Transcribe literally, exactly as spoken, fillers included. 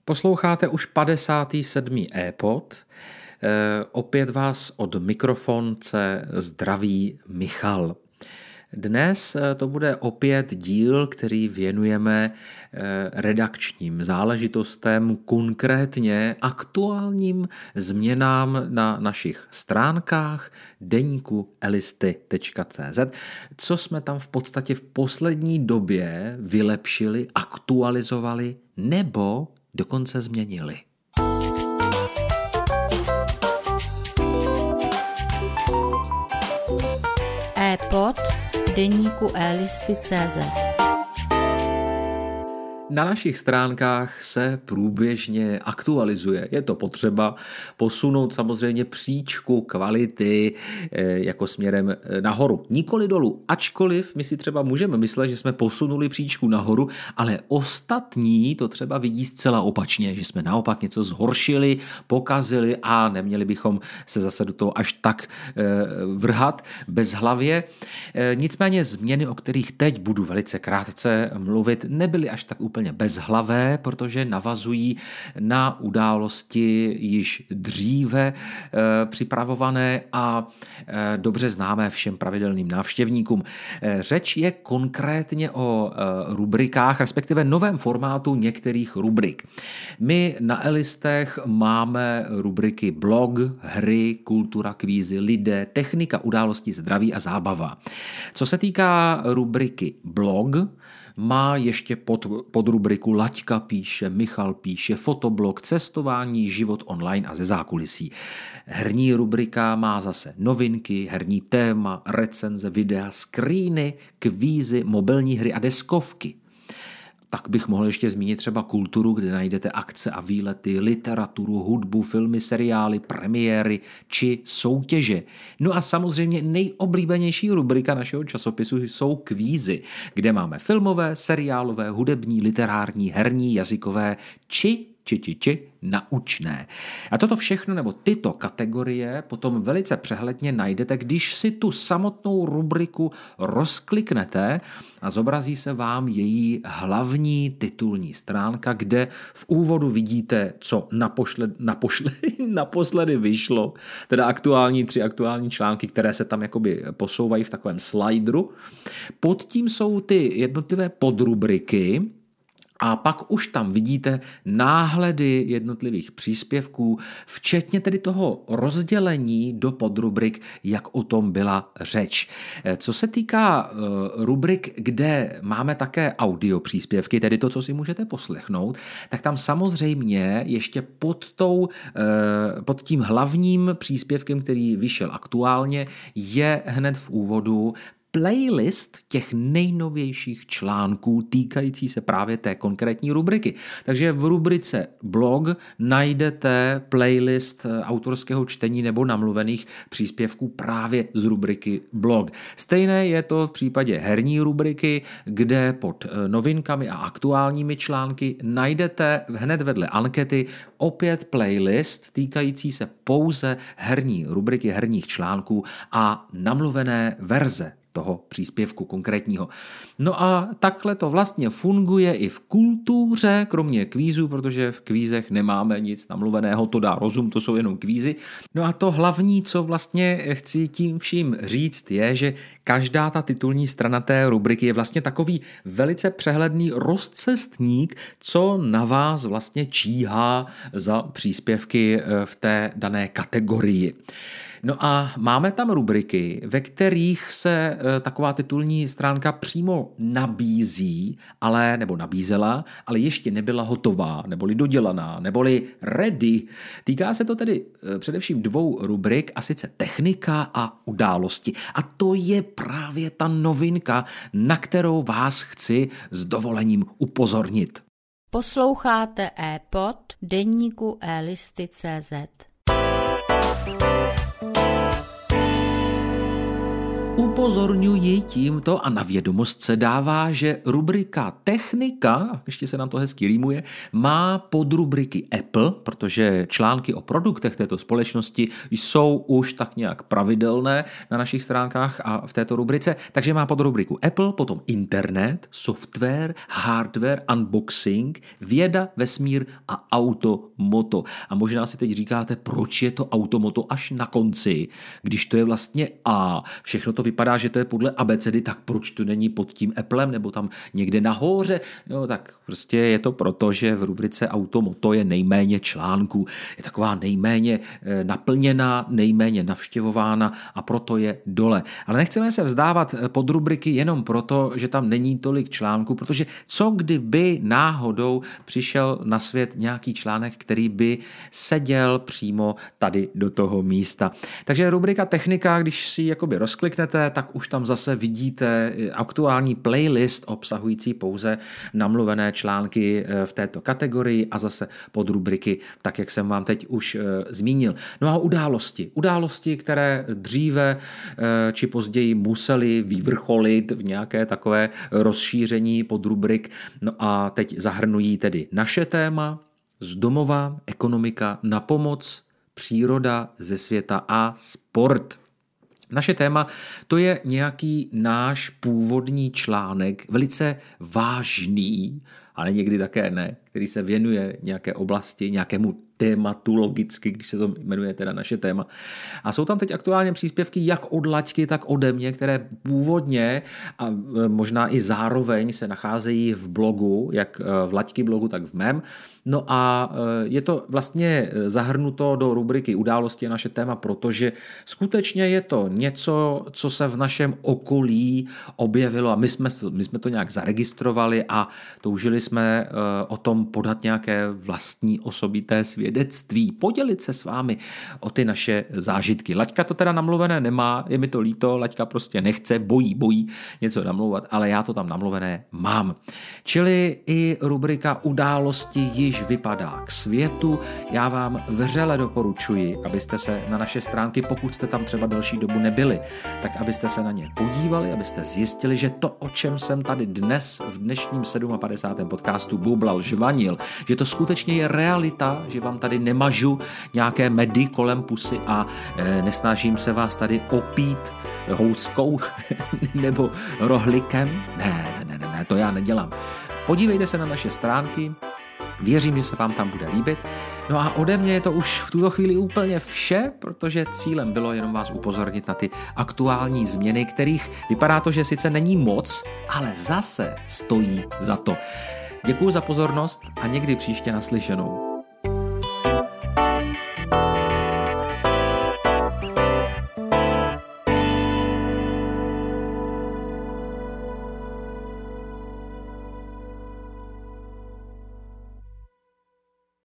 Posloucháte už padesátý sedmý e-pod. E, opět vás od mikrofonce zdraví Michal. Dnes to bude opět díl, který věnujeme redakčním záležitostem, konkrétně aktuálním změnám na našich stránkách deníku elisty tečka cé zet, co jsme tam v podstatě v poslední době vylepšili, aktualizovali nebo dokonce změnili. e-pod deníku elisty tečka cé zet. Na našich stránkách se průběžně aktualizuje. Je to potřeba posunout samozřejmě příčku kvality jako směrem nahoru. Nikoli dolů, ačkoliv my si třeba můžeme myslet, že jsme posunuli příčku nahoru, ale ostatní to třeba vidí zcela opačně, že jsme naopak něco zhoršili, pokazili a neměli bychom se zase do toho až tak vrhat bezhlavě. Nicméně změny, o kterých teď budu velice krátce mluvit, nebyly až tak úplně bezhlavé, protože navazují na události již dříve e, připravované a e, dobře známé všem pravidelným návštěvníkům. E, řeč je konkrétně o e, rubrikách, respektive novém formátu některých rubrik. My na Elistech máme rubriky blog, hry, kultura, kvízy, lidé, technika, události, zdraví a zábava. Co se týká rubriky blog, má ještě pod, pod rubriku Laďka píše, Michal píše, fotoblog, cestování, život online a ze zákulisí. Herní rubrika má zase novinky, herní téma, recenze, videa, screeny, kvízy, mobilní hry a deskovky. Tak bych mohl ještě zmínit třeba kulturu, kde najdete akce a výlety, literaturu, hudbu, filmy, seriály, premiéry či soutěže. No a samozřejmě nejoblíbenější rubrika našeho časopisu jsou kvízy, kde máme filmové, seriálové, hudební, literární, herní, jazykové či či, či, či, naučné. A toto všechno, nebo tyto kategorie potom velice přehledně najdete, když si tu samotnou rubriku rozkliknete a zobrazí se vám její hlavní titulní stránka, kde v úvodu vidíte, co napošle, napošle, naposledy vyšlo, teda aktuální tři aktuální články, které se tam jakoby posouvají v takovém slideru. Pod tím jsou ty jednotlivé podrubriky, a pak už tam vidíte náhledy jednotlivých příspěvků, včetně tedy toho rozdělení do podrubrik, jak o tom byla řeč. Co se týká uh, rubrik, kde máme také audio příspěvky, tedy to, co si můžete poslechnout, tak tam samozřejmě ještě pod, tou, uh, pod tím hlavním příspěvkem, který vyšel aktuálně, je hned v úvodu playlist těch nejnovějších článků týkající se právě té konkrétní rubriky. Takže v rubrice blog najdete playlist autorského čtení nebo namluvených příspěvků právě z rubriky blog. Stejné je to v případě herní rubriky, kde pod novinkami a aktuálními články najdete hned vedle ankety opět playlist týkající se pouze herní rubriky, herních článků a namluvené verze toho příspěvku konkrétního. No a takhle to vlastně funguje i v kultuře, kromě kvízů, protože v kvízech nemáme nic namluveného, to dá rozum, to jsou jenom kvízy. No a to hlavní, co vlastně chci tím vším říct, je, že každá ta titulní strana té rubriky je vlastně takový velice přehledný rozcestník, co na vás vlastně číhá za příspěvky v té dané kategorii. No a máme tam rubriky, ve kterých se e, taková titulní stránka přímo nabízí, ale nebo nabízela, ale ještě nebyla hotová, neboli dodělaná, neboli ready. Týká se to tedy e, především dvou rubrik, a sice technika a události. A to je právě ta novinka, na kterou vás chci s dovolením upozornit. Posloucháte e-pod deníku elisty tečka cé zet. Upozorňuji tímto a na vědomost se dává, že rubrika Technika, ještě se nám to hezky rýmuje, má podrubriky Apple, protože články o produktech této společnosti jsou už tak nějak pravidelné na našich stránkách a v této rubrice, takže má podrubriku Apple, potom internet, software, hardware, unboxing, věda, vesmír a automoto. A možná si teď říkáte, proč je to automoto až na konci, když to je vlastně A. Všechno to vypadá, že to je podle abecedy, tak proč to není pod tím Applem nebo tam někde nahoře? No tak prostě je to proto, že v rubrice automoto je nejméně článků. Je taková nejméně naplněná, nejméně navštěvována a proto je dole. Ale nechceme se vzdávat pod rubriky jenom proto, že tam není tolik článků, protože co kdyby náhodou přišel na svět nějaký článek, který by seděl přímo tady do toho místa. Takže rubrika Technika, když si ji jakoby rozkliknete, tak už tam zase vidíte aktuální playlist obsahující pouze namluvené články v této kategorii a zase podrubriky, tak jak jsem vám teď už zmínil. No a události. Události, které dříve či později musely vyvrcholit v nějaké takové rozšíření podrubrik. No a teď zahrnují tedy naše téma, z domova, ekonomika, na pomoc, příroda ze světa a sport. Naše téma to je nějaký náš původní článek, velice vážný, ale někdy také ne, který se věnuje nějaké oblasti, nějakému tématu logicky, když se to jmenuje teda naše téma. A jsou tam teď aktuálně příspěvky jak od Laďky, tak ode mě, které původně a možná i zároveň se nacházejí v blogu, jak v Laďky blogu, tak v mém. No a je to vlastně zahrnuto do rubriky Události a naše téma, protože skutečně je to něco, co se v našem okolí objevilo a my jsme, my jsme to nějak zaregistrovali a toužili jsme o tom podat nějaké vlastní osobité svědectví, podělit se s vámi o ty naše zážitky. Laďka to teda namluvené nemá, je mi to líto, Laďka prostě nechce, bojí, bojí něco namlouvat, ale já to tam namluvené mám. Čili i rubrika Události již vypadá k světu. Já vám vřele doporučuji, abyste se na naše stránky, pokud jste tam třeba delší dobu nebyli, tak abyste se na ně podívali, abyste zjistili, že to, o čem jsem tady dnes v dnešním padesátém sedmém podcastu bublal, žvanil, že to skutečně je realita, že vám tady nemažu nějaké medy kolem pusy a e, nesnažím se vás tady opít houskou nebo rohlikem. Ne, ne, ne, ne, to já nedělám. Podívejte se na naše stránky, věřím, že se vám tam bude líbit. No a ode mě je to už v tuto chvíli úplně vše, protože cílem bylo jenom vás upozornit na ty aktuální změny, kterých vypadá to, že sice není moc, ale zase stojí za to. Děkuju za pozornost a někdy příště naslyšenou.